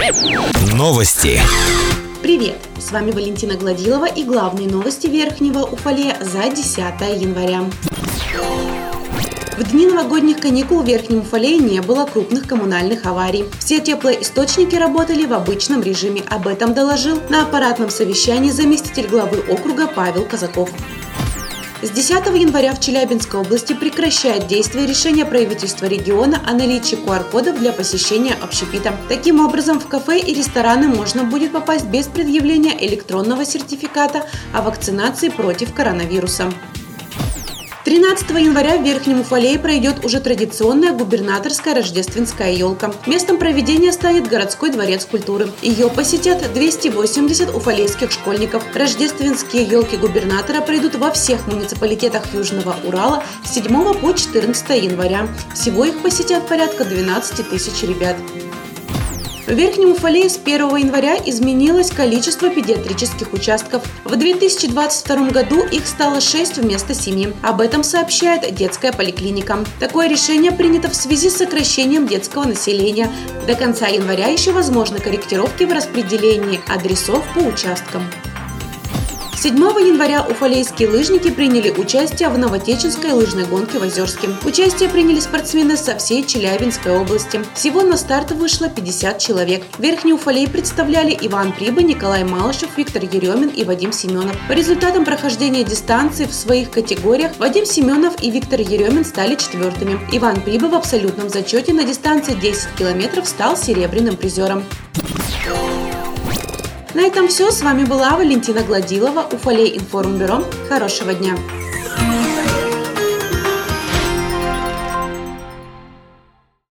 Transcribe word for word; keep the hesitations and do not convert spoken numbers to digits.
Новости. Привет! С вами Валентина Гладилова и главные новости Верхнего Уфалея за десятое января. В дни новогодних каникул в Верхнем Уфалее не было крупных коммунальных аварий. Все теплоисточники работали в обычном режиме. Об этом доложил на аппаратном совещании заместитель главы округа Павел Казаков. С десятого января в Челябинской области прекращает действие решения правительства региона о наличии ку ар кодов для посещения общепита. Таким образом, в кафе и рестораны можно будет попасть без предъявления электронного сертификата о вакцинации против коронавируса. тринадцатого января в Верхнем Уфалее пройдет уже традиционная губернаторская рождественская елка. Местом проведения станет городской дворец культуры. Ее посетят двести восемьдесят уфалейских школьников. Рождественские елки губернатора пройдут во всех муниципалитетах Южного Урала с седьмого по четырнадцатое января. Всего их посетят порядка двенадцати тысяч ребят. В Верхнем Уфалее с первого января изменилось количество педиатрических участков. В две тысячи двадцать втором году их стало шесть вместо семи. Об этом сообщает детская поликлиника. Такое решение принято в связи с сокращением детского населения. До конца января еще возможны корректировки в распределении адресов по участкам. седьмого января уфалейские лыжники приняли участие в новотеченской лыжной гонке в Озерске. Участие приняли спортсмены со всей Челябинской области. Всего на старт вышло пятьдесят человек. Верхний Уфалей представляли Иван Приба, Николай Малышев, Виктор Еремин и Вадим Семенов. По результатам прохождения дистанции в своих категориях Вадим Семенов и Виктор Еремин стали четвертыми. Иван Приба в абсолютном зачете на дистанции десять километров стал серебряным призером. На этом все. С вами была Валентина Гладилова, Уфалей информбюро. Хорошего дня!